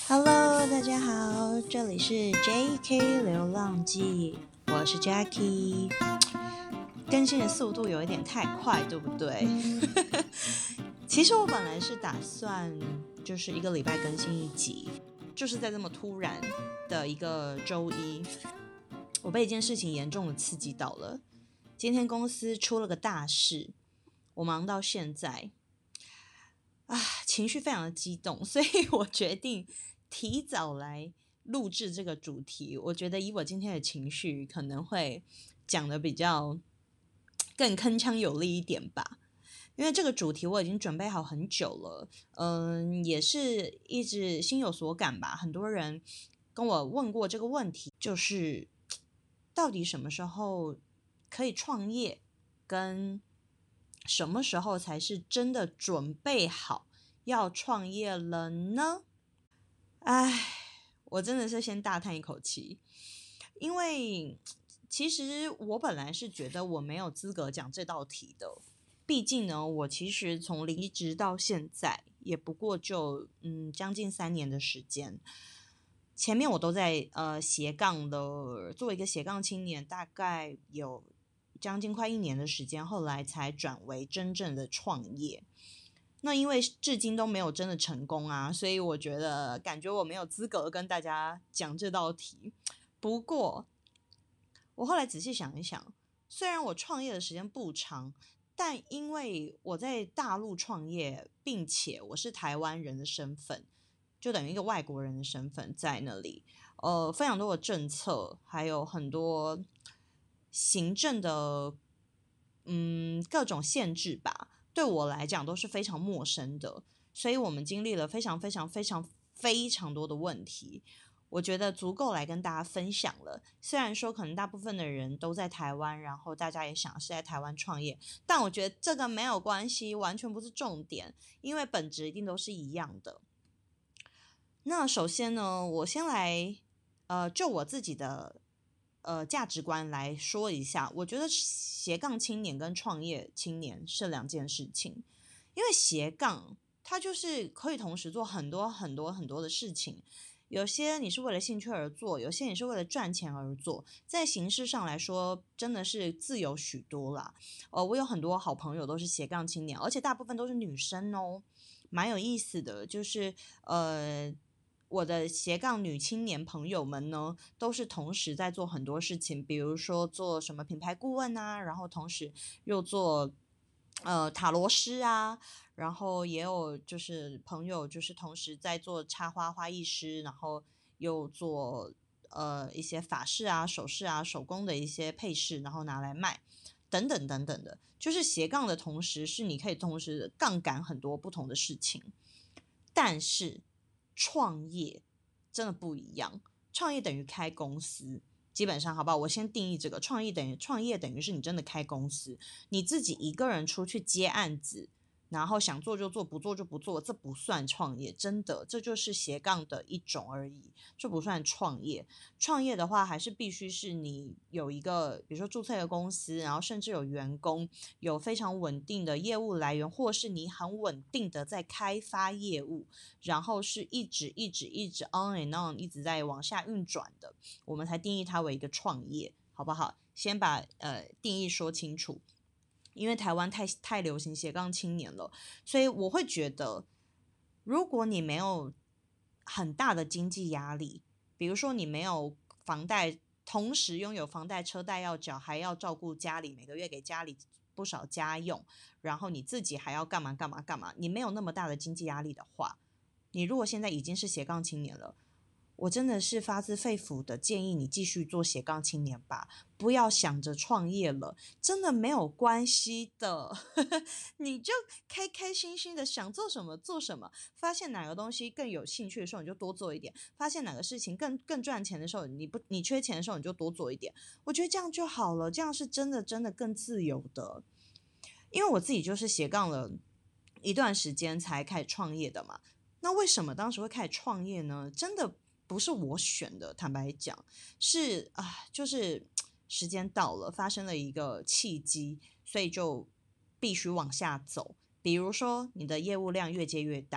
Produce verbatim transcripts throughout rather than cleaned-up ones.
Hello，大家好，这里是 J K 流浪记，我是 Jackie。更新的速度有一点太快，对不对？其实我本来是打算就是一个礼拜更新一集，就是在这么突然的一个周一，我被一件事情严重的刺激到了。今天公司出了个大事，我忙到现在啊，情绪非常的激动，所以我决定提早来录制这个主题。我觉得以我今天的情绪，可能会讲的比较更铿锵有力一点吧。因为这个主题我已经准备好很久了，嗯，也是一直心有所感吧。很多人跟我问过这个问题，就是到底什么时候可以创业，跟什么时候才是真的准备好要创业了呢？唉，我真的是先大叹一口气，因为其实我本来是觉得我没有资格讲这道题的。毕竟呢，我其实从离职到现在，也不过就嗯将近三年的时间。前面我都在呃斜杠的，作为一个斜杠青年，大概有将近快一年的时间，后来才转为真正的创业。那因为至今都没有真的成功啊，所以我觉得感觉我没有资格跟大家讲这道题。不过我后来仔细想一想，虽然我创业的时间不长，但因为我在大陆创业，并且我是台湾人的身份，就等于一个外国人的身份在那里，呃，非常多的政策，还有很多行政的，嗯，各种限制吧，对我来讲都是非常陌生的，所以我们经历了非常非常非常非常多的问题。我觉得足够来跟大家分享了。虽然说可能大部分的人都在台湾，然后大家也想是在台湾创业，但我觉得这个没有关系，完全不是重点，因为本质一定都是一样的。那首先呢，我先来呃，就我自己的呃价值观来说一下，我觉得斜杠青年跟创业青年是两件事情，因为斜杠它就是可以同时做很多很多很多的事情。有些你是为了兴趣而做，有些你是为了赚钱而做，在形式上来说，真的是自由许多啦。呃，我有很多好朋友都是斜杠青年，而且大部分都是女生哦，蛮有意思的。就是呃，我的斜杠女青年朋友们呢，都是同时在做很多事情，比如说做什么品牌顾问啊，然后同时又做呃塔罗师啊，然后也有就是朋友就是同时在做插花花艺师，然后又做呃一些法式啊、首饰啊、手工的一些配饰，然后拿来卖。等等等等的，就是斜杠的同时，是你可以同时杠杆很多不同的事情。但是创业真的不一样，创业等于开公司。基本上，好不好？我先定义这个创业等于创业等于是你真的开公司，你自己一个人出去接案子，然后想做就做，不做就不做，这不算创业，真的，这就是斜杠的一种而已，这不算创业。创业的话，还是必须是你有一个，比如说注册一个公司，然后甚至有员工，有非常稳定的业务来源，或是你很稳定的在开发业务，然后是一直一直一直 on and on 一直在往下运转的，我们才定义它为一个创业，好不好？先把呃定义说清楚。因为台湾太太流行斜杠青年了，所以我会觉得，如果你没有很大的经济压力，比如说你没有房贷，同时拥有房贷、车贷要缴，还要照顾家里，每个月给家里不少家用，然后你自己还要干嘛干嘛干嘛，你没有那么大的经济压力的话，你如果现在已经是斜杠青年了，我真的是发自肺腑的建议你继续做斜杠青年吧，不要想着创业了，真的没有关系的，你就开开心心的想做什么做什么，发现哪个东西更有兴趣的时候你就多做一点，发现哪个事情更更赚钱的时候，你不你缺钱的时候你就多做一点，我觉得这样就好了，这样是真的真的更自由的。因为我自己就是斜杠了一段时间才开始创业的嘛。那为什么当时会开始创业呢？真的不是我选的，坦白讲，是啊，就是时间到了，发生了一个契机，所以就必须往下走。比如说，你的业务量越接越大，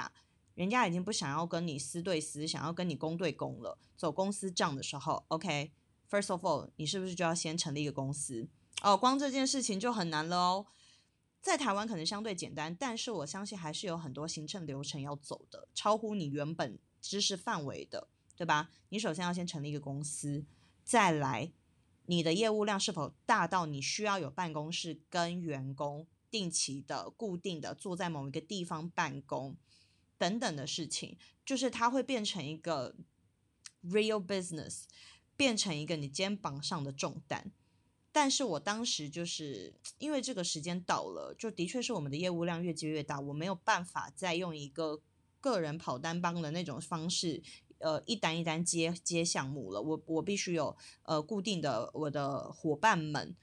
人家已经不想要跟你私对私，想要跟你公对公了，走公司账的时候 OK first of all 你是不是就要先成立一个公司哦？光这件事情就很难了哦。在台湾可能相对简单，但是我相信还是有很多行政流程要走的，超乎你原本知识范围的，对吧？你首先要先成立一个公司，再来你的业务量是否大到你需要有办公室跟员工定期的固定的坐在某一个地方办公等等的事情，就是它会变成一个 real business， 变成一个你肩膀上的重担。但是我当时就是因为这个时间到了，就的确是我们的业务量越接越大，我没有办法再用一个个人跑单帮的那种方式，呃，一单一单接接项目了。我我必须有呃固定的我的伙伴们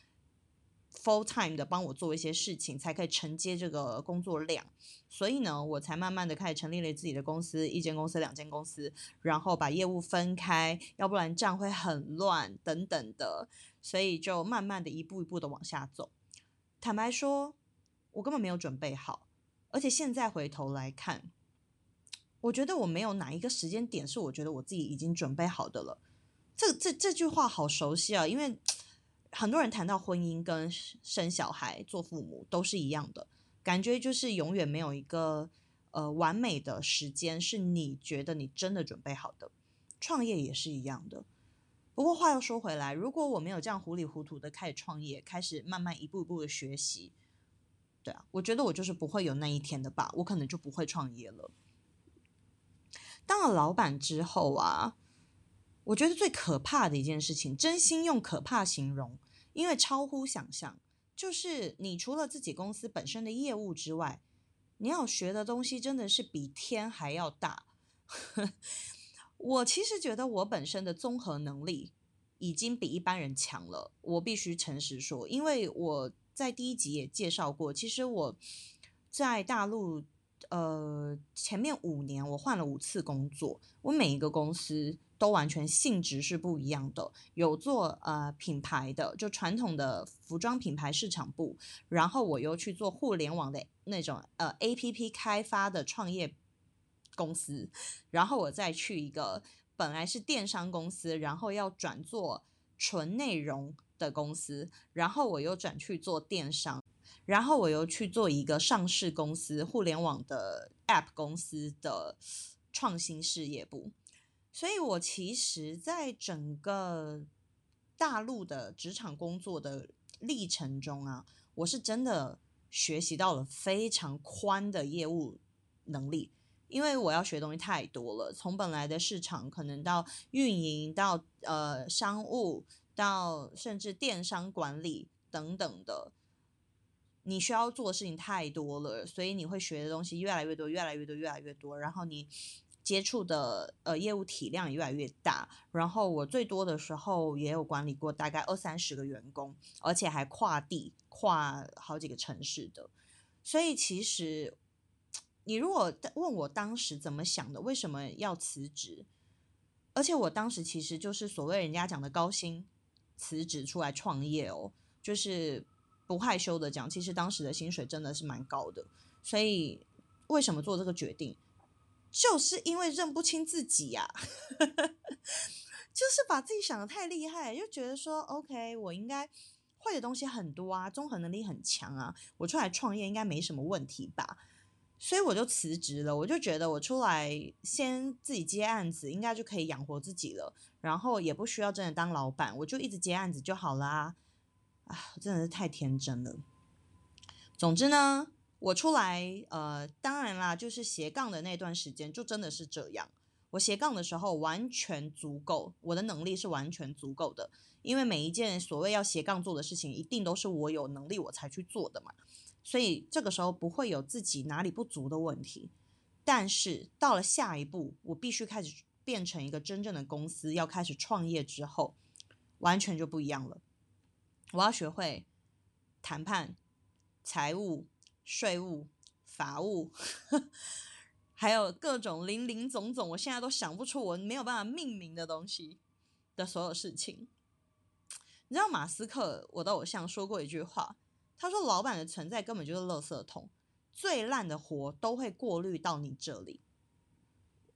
full time 的帮我做一些事情，才可以承接这个工作量。所以呢，我才慢慢的开始成立了自己的公司，一间公司、两间公司，然后把业务分开，要不然账会很乱等等的。所以就慢慢的一步一步的往下走。坦白说，我根本没有准备好，而且现在回头来看，我觉得我没有哪一个时间点是我觉得我自己已经准备好的了。这这这句话好熟悉啊，因为很多人谈到婚姻跟生小孩、做父母都是一样的，感觉就是永远没有一个呃完美的时间是你觉得你真的准备好的。创业也是一样的。不过话又说回来，如果我没有这样糊里糊涂的开始创业，开始慢慢一步一步的学习，对啊，我觉得我就是不会有那一天的吧，我可能就不会创业了。当了老板之后啊，我觉得最可怕的一件事情，真心用可怕形容，因为超乎想象，就是你除了自己公司本身的业务之外，你要学的东西真的是比天还要大。我其实觉得我本身的综合能力已经比一般人强了，我必须诚实说，因为我在第一集也介绍过，其实我在大陆呃前面五年我换了五次工作，我每一个公司都完全性质是不一样的，有做呃品牌的，就传统的服装品牌市场部，然后我又去做互联网的那种呃 A P P 开发的创业公司，然后我再去一个本来是电商公司，然后要转做纯内容的公司，然后我又转去做电商，然后我又去做一个上市公司，互联网的 App 公司的创新事业部。所以我其实在整个大陆的职场工作的历程中啊，我是真的学习到了非常宽的业务能力，因为我要学的东西太多了，从本来的市场可能到运营，到呃商务，到甚至电商管理等等的，你需要做的事情太多了，所以你会学的东西越来越多，越来越多，越来越多，然后你接触的呃业务体量也越来越大。然后我最多的时候也有管理过大概二三十个员工，而且还跨地跨好几个城市的。所以其实你如果问我当时怎么想的，为什么要辞职？而且我当时其实就是所谓人家讲的高薪辞职出来创业哦，就是不害羞的讲，其实当时的薪水真的是蛮高的。所以为什么做这个决定？就是因为认不清自己呀、啊，就是把自己想的太厉害，就觉得说 OK 我应该会的东西很多啊，综合能力很强啊，我出来创业应该没什么问题吧。所以我就辞职了，我就觉得我出来先自己接案子，应该就可以养活自己了，然后也不需要真的当老板，我就一直接案子就好啦。啊，真的是太天真了。总之呢，我出来，呃，当然啦，就是斜杠的那段时间，就真的是这样。我斜杠的时候完全足够，我的能力是完全足够的，因为每一件所谓要斜杠做的事情，一定都是我有能力我才去做的嘛。所以这个时候不会有自己哪里不足的问题。但是到了下一步，我必须开始变成一个真正的公司，要开始创业之后，完全就不一样了。我要学会谈判、财务、税务、法务，还有各种零零总总，我现在都想不出我没有办法命名的东西的所有事情。你知道马斯克，我的偶像说过一句话，他说老板的存在根本就是垃圾桶，最烂的活都会过滤到你这里。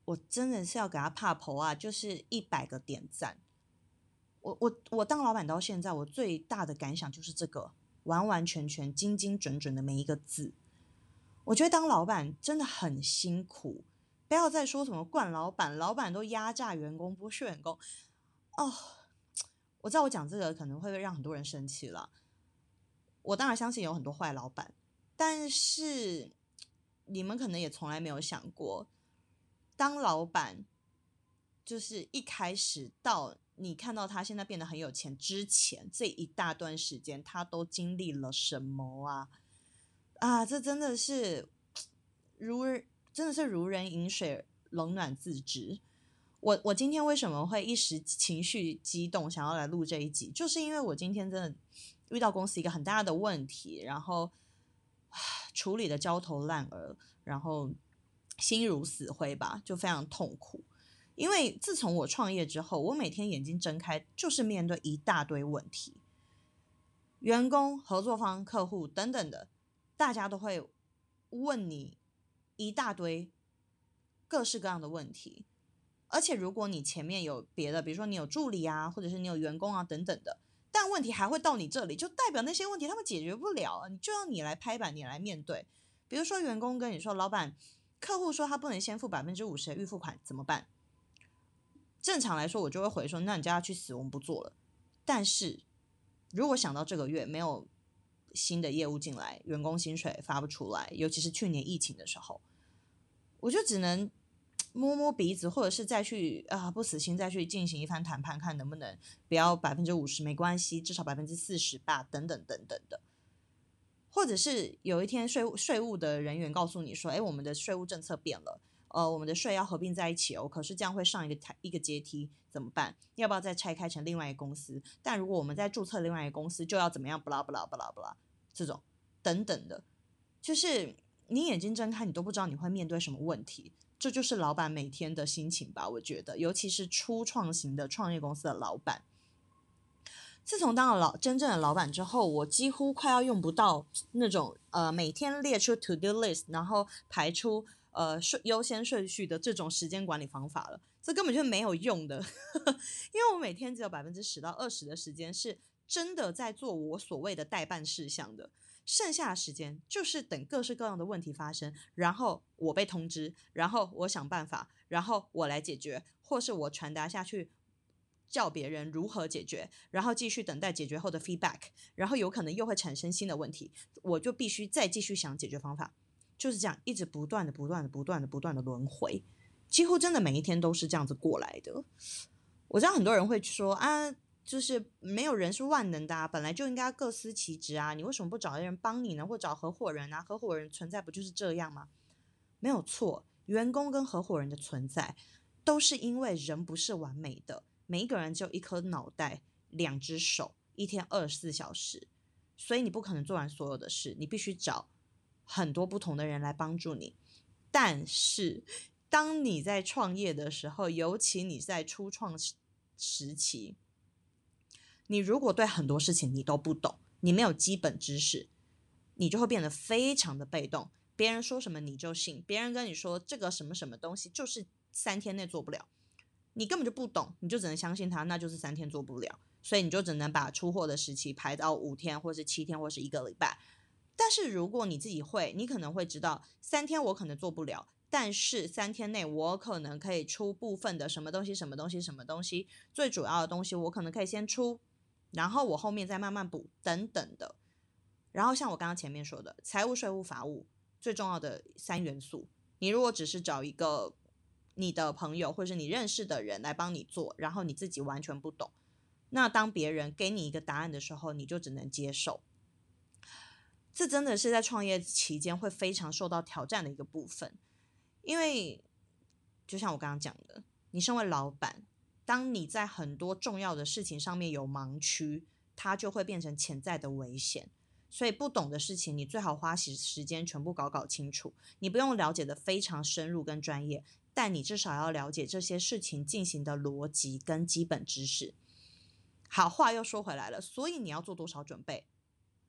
我真的是要给他怕婆啊，就是一百个点赞。我我我当老板到现在，我最大的感想就是这个，完完全全、精精准准的每一个字。我觉得当老板真的很辛苦，不要再说什么惯老板，老板都压榨员工、剥削员工。哦，我知道我讲这个可能会让很多人生气了。我当然相信有很多坏老板，但是你们可能也从来没有想过，当老板就是一开始到你看到他现在变得很有钱之前，这一大段时间他都经历了什么啊？啊，这真的是如真的是如人饮水，冷暖自知。我我今天为什么会一时情绪激动，想要来录这一集，就是因为我今天真的遇到公司一个很大的问题，然后处理的焦头烂额，然后心如死灰吧，就非常痛苦。因为自从我创业之后，我每天眼睛睁开就是面对一大堆问题，员工、合作方、客户等等的，大家都会问你一大堆各式各样的问题。而且如果你前面有别的，比如说你有助理啊，或者是你有员工啊等等的，但问题还会到你这里，就代表那些问题他们解决不了，你就要你来拍板，你来面对。比如说员工跟你说，老板，客户说他不能先付百分之五十的预付款，怎么办？正常来说，我就会回说，那你叫他去死，我们不做了。但是如果想到这个月没有新的业务进来，员工薪水发不出来，尤其是去年疫情的时候，我就只能摸摸鼻子，或者是再去啊不死心再去进行一番谈判，看能不能不要百分之五十没关系，至少百分之四十吧，等等等等的。或者是有一天税务税务的人员告诉你说，哎，我们的税务政策变了，呃，我们的税要合并在一起哦，可是这样会上一个一个阶梯，怎么办？要不要再拆开成另外一个公司？但如果我们再注册另外一个公司，就要怎么样？不啦不啦不啦不啦，这种等等的，就是你眼睛睁开，你都不知道你会面对什么问题。这就是老板每天的心情吧，我觉得，尤其是初创型的创业公司的老板。自从当了老真正的老板之后，我几乎快要用不到那种呃每天列出 to do list， 然后排出呃优先顺序的这种时间管理方法了。这根本就没有用的，因为我每天只有百分之十到二十的时间是真的在做我所谓的待办事项的。剩下的时间就是等各式各样的问题发生，然后我被通知，然后我想办法，然后我来解决，或是我传达下去叫别人如何解决，然后继续等待解决后的 feedback， 然后有可能又会产生新的问题，我就必须再继续想解决方法，就是这样一直不断的不断的不断的不断的轮回，几乎真的每一天都是这样子过来的。我知道很多人会说啊，就是没有人是万能的啊，本来就应该各司其职啊，你为什么不找人帮你呢？或找合伙人啊？合伙人存在不就是这样吗？没有错，员工跟合伙人的存在都是因为人不是完美的，每一个人只有一颗脑袋，两只手，一天二十四小时，所以你不可能做完所有的事，你必须找很多不同的人来帮助你。但是当你在创业的时候，尤其你在初创时期，你如果对很多事情你都不懂，你没有基本知识，你就会变得非常的被动，别人说什么你就信，别人跟你说这个什么什么东西就是三天内做不了，你根本就不懂，你就只能相信他，那就是三天做不了，所以你就只能把出货的时期排到五天或是七天或是一个礼拜。但是如果你自己会，你可能会知道三天我可能做不了，但是三天内我可能可以出部分的什么东西什么东西什么东西，最主要的东西我可能可以先出，然后我后面再慢慢补等等的。然后像我刚刚前面说的财务税务法务最重要的三元素，你如果只是找一个你的朋友或者是你认识的人来帮你做，然后你自己完全不懂，那当别人给你一个答案的时候，你就只能接受。这真的是在创业期间会非常受到挑战的一个部分，因为就像我刚刚讲的，你身为老板，当你在很多重要的事情上面有盲区，它就会变成潜在的危险。所以不懂的事情，你最好花时间全部搞搞清楚。你不用了解的非常深入跟专业，但你至少要了解这些事情进行的逻辑跟基本知识。好，话又说回来了，所以你要做多少准备？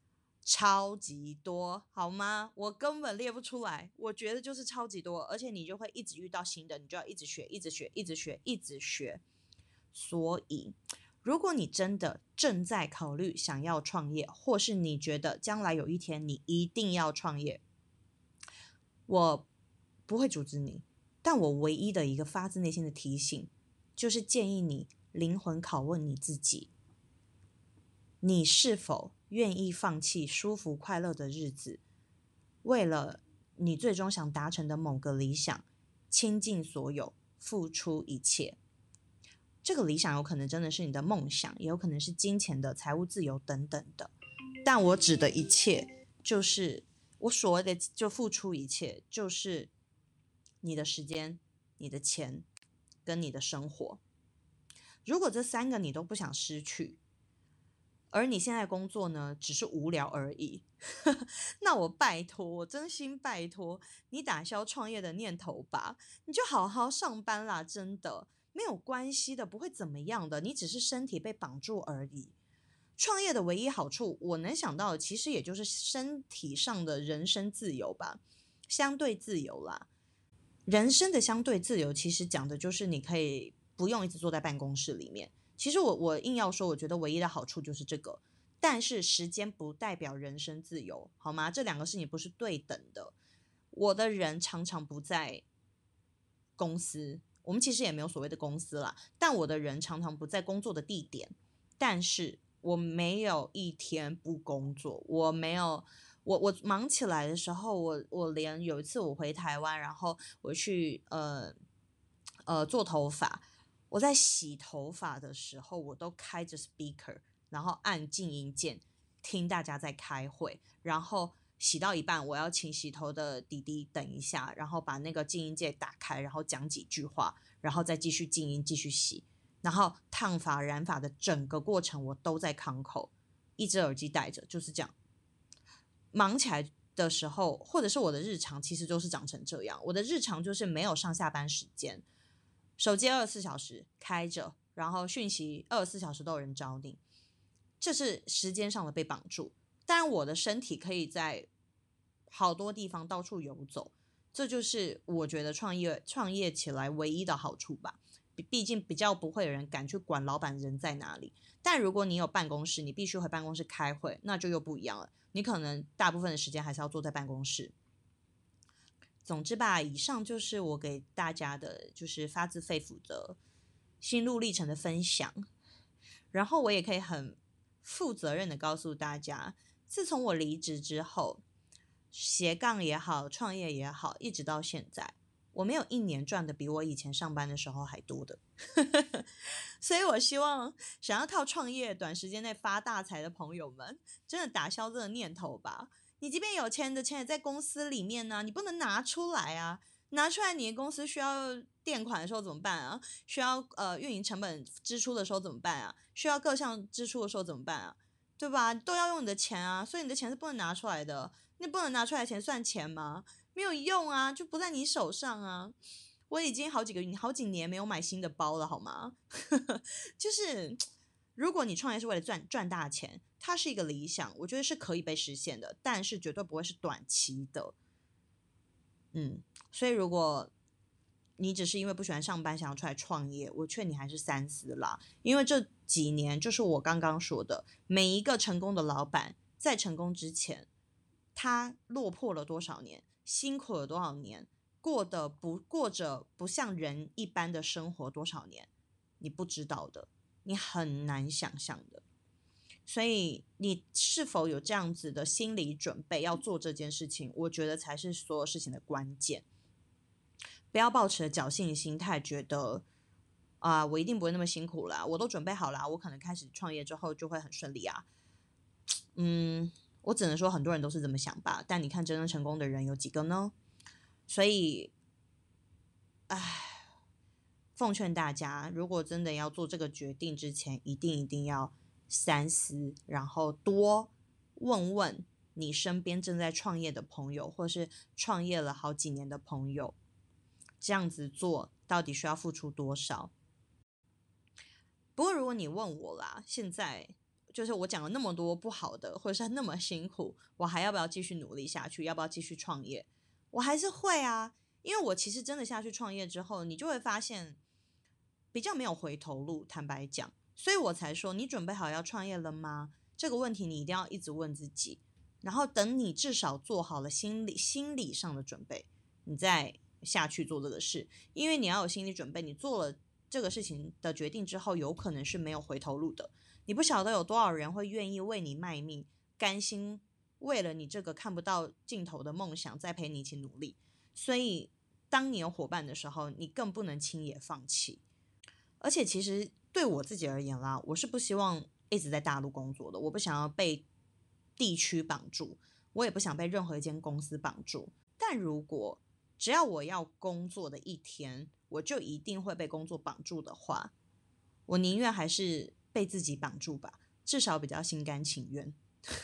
超级多，好吗？我根本列不出来，我觉得就是超级多，而且你就会一直遇到新的，你就要一直学，一直学，一直学，一直学。所以，如果你真的正在考虑想要创业，或是你觉得将来有一天你一定要创业，我不会阻止你，但我唯一的一个发自内心的提醒，就是建议你灵魂拷问你自己，你是否愿意放弃舒服快乐的日子，为了你最终想达成的某个理想，倾尽所有，付出一切。这个理想有可能真的是你的梦想，也有可能是金钱的财务自由等等的，但我指的一切，就是我所谓的就付出一切，就是你的时间、你的钱跟你的生活。如果这三个你都不想失去，而你现在工作呢只是无聊而已那我拜托，我真心拜托你打消创业的念头吧，你就好好上班啦，真的没有关系的，不会怎么样的，你只是身体被绑住而已。创业的唯一好处，我能想到的其实也就是身体上的人身自由吧，相对自由啦。人生的相对自由其实讲的就是你可以不用一直坐在办公室里面。其实我我硬要说，我觉得唯一的好处就是这个，但是时间不代表人身自由，好吗？这两个事情不是对等的。我的人常常不在公司，我们其实也没有所谓的公司啦，但我的人常常不在工作的地点，但是我没有一天不工作，我没有，我我忙起来的时候，我我连有一次我回台湾，然后我去呃呃做头发，我在洗头发的时候，我都开着 speaker， 然后按静音键，听大家在开会，然后洗到一半，我要请洗头的弟弟等一下，然后把那个静音键打开，然后讲几句话，然后再继续静音继续洗。然后烫发染发的整个过程我都在康口，一只耳机戴着，就是这样。忙起来的时候，或者是我的日常，其实都是长成这样。我的日常就是没有上下班时间，手机二十四小时开着，然后讯息二十四小时都有人找你，这是时间上的被绑住。当然，我的身体可以在好多地方到处游走，这就是我觉得创业创业起来唯一的好处吧。毕竟比较不会有人敢去管老板人在哪里，但如果你有办公室，你必须回办公室开会，那就又不一样了，你可能大部分的时间还是要坐在办公室。总之吧，以上就是我给大家的就是发自肺腑的心路历程的分享，然后我也可以很负责任的告诉大家，自从我离职之后，斜杠也好，创业也好，一直到现在，我没有一年赚的比我以前上班的时候还多的所以我希望想要靠创业短时间内发大财的朋友们，真的打消这个念头吧。你即便有钱，你的钱也在公司里面呢、啊，你不能拿出来啊，拿出来你的公司需要垫款的时候怎么办啊？需要呃运营成本支出的时候怎么办啊？需要各项支出的时候怎么办啊？对吧？都要用你的钱啊，所以你的钱是不能拿出来的。你不能拿出来的钱算钱吗？没有用啊，就不在你手上啊。我已经好几个好几年没有买新的包了，好吗？就是如果你创业是为了赚赚大钱，它是一个理想，我觉得是可以被实现的，但是绝对不会是短期的。嗯，所以如果你只是因为不喜欢上班想要出来创业，我劝你还是三思啦。因为这几年就是我刚刚说的，每一个成功的老板在成功之前，他落魄了多少年，辛苦了多少年，过得不过着不像人一般的生活多少年，你不知道的，你很难想象的。所以你是否有这样子的心理准备要做这件事情，我觉得才是所有事情的关键。不要抱持侥幸心态，觉得啊、呃，我一定不会那么辛苦啦，我都准备好啦，我可能开始创业之后就会很顺利啊。嗯，我只能说很多人都是这么想吧，但你看真正成功的人有几个呢？所以，唉，奉劝大家，如果真的要做这个决定之前，一定一定要三思，然后多问问你身边正在创业的朋友，或是创业了好几年的朋友，这样子做到底需要付出多少？不过如果你问我啦，现在就是我讲了那么多不好的，或者是那么辛苦，我还要不要继续努力下去？要不要继续创业？我还是会啊，因为我其实真的下去创业之后，你就会发现比较没有回头路，坦白讲，所以我才说你准备好要创业了吗？这个问题你一定要一直问自己，然后等你至少做好了心理心理上的准备，你再下去做这个事，因为你要有心理准备，你做了这个事情的决定之后，有可能是没有回头路的。你不晓得有多少人会愿意为你卖命，甘心为了你这个看不到尽头的梦想再陪你一起努力。所以当你有伙伴的时候，你更不能轻易放弃。而且其实对我自己而言啦，我是不希望一直在大陆工作的，我不想要被地区绑住，我也不想被任何一间公司绑住。但如果只要我要工作的一天，我就一定会被工作绑住的话，我宁愿还是被自己绑住吧，至少比较心甘情愿。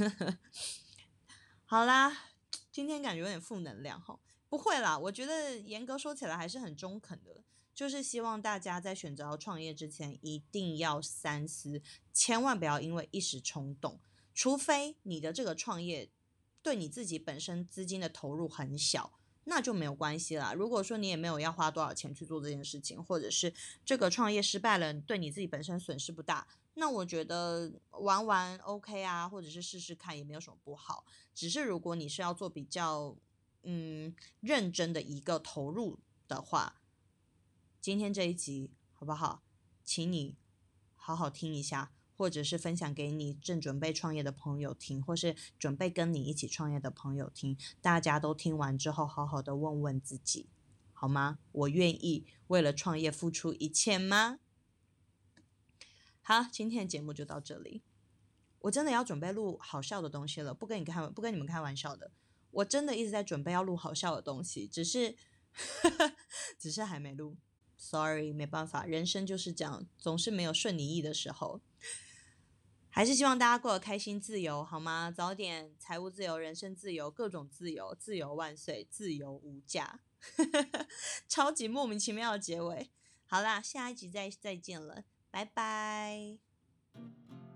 好啦，今天感觉有点负能量齁，不会啦，我觉得严格说起来还是很中肯的，就是希望大家在选择要创业之前一定要三思，千万不要因为一时冲动，除非你的这个创业对你自己本身资金的投入很小，那就没有关系啦。如果说你也没有要花多少钱去做这件事情，或者是这个创业失败了，对你自己本身损失不大，那我觉得玩玩 OK 啊，或者是试试看也没有什么不好。只是如果你是要做比较嗯认真的一个投入的话，今天这一集好不好？请你好好听一下，或者是分享给你正准备创业的朋友听，或是准备跟你一起创业的朋友听，大家都听完之后好好的问问自己，好吗？我愿意为了创业付出一切吗？好，今天的节目就到这里。我真的要准备录好笑的东西了，不跟你开不跟你们开玩笑的，我真的一直在准备要录好笑的东西，只是只是还没录。Sorry， 没办法，人生就是这样，总是没有顺你意的时候。还是希望大家过得开心自由，好吗？早点财务自由、人生自由、各种自由，自由万岁，自由无价。超级莫名其妙的结尾。好啦，下一集再再见了，拜拜。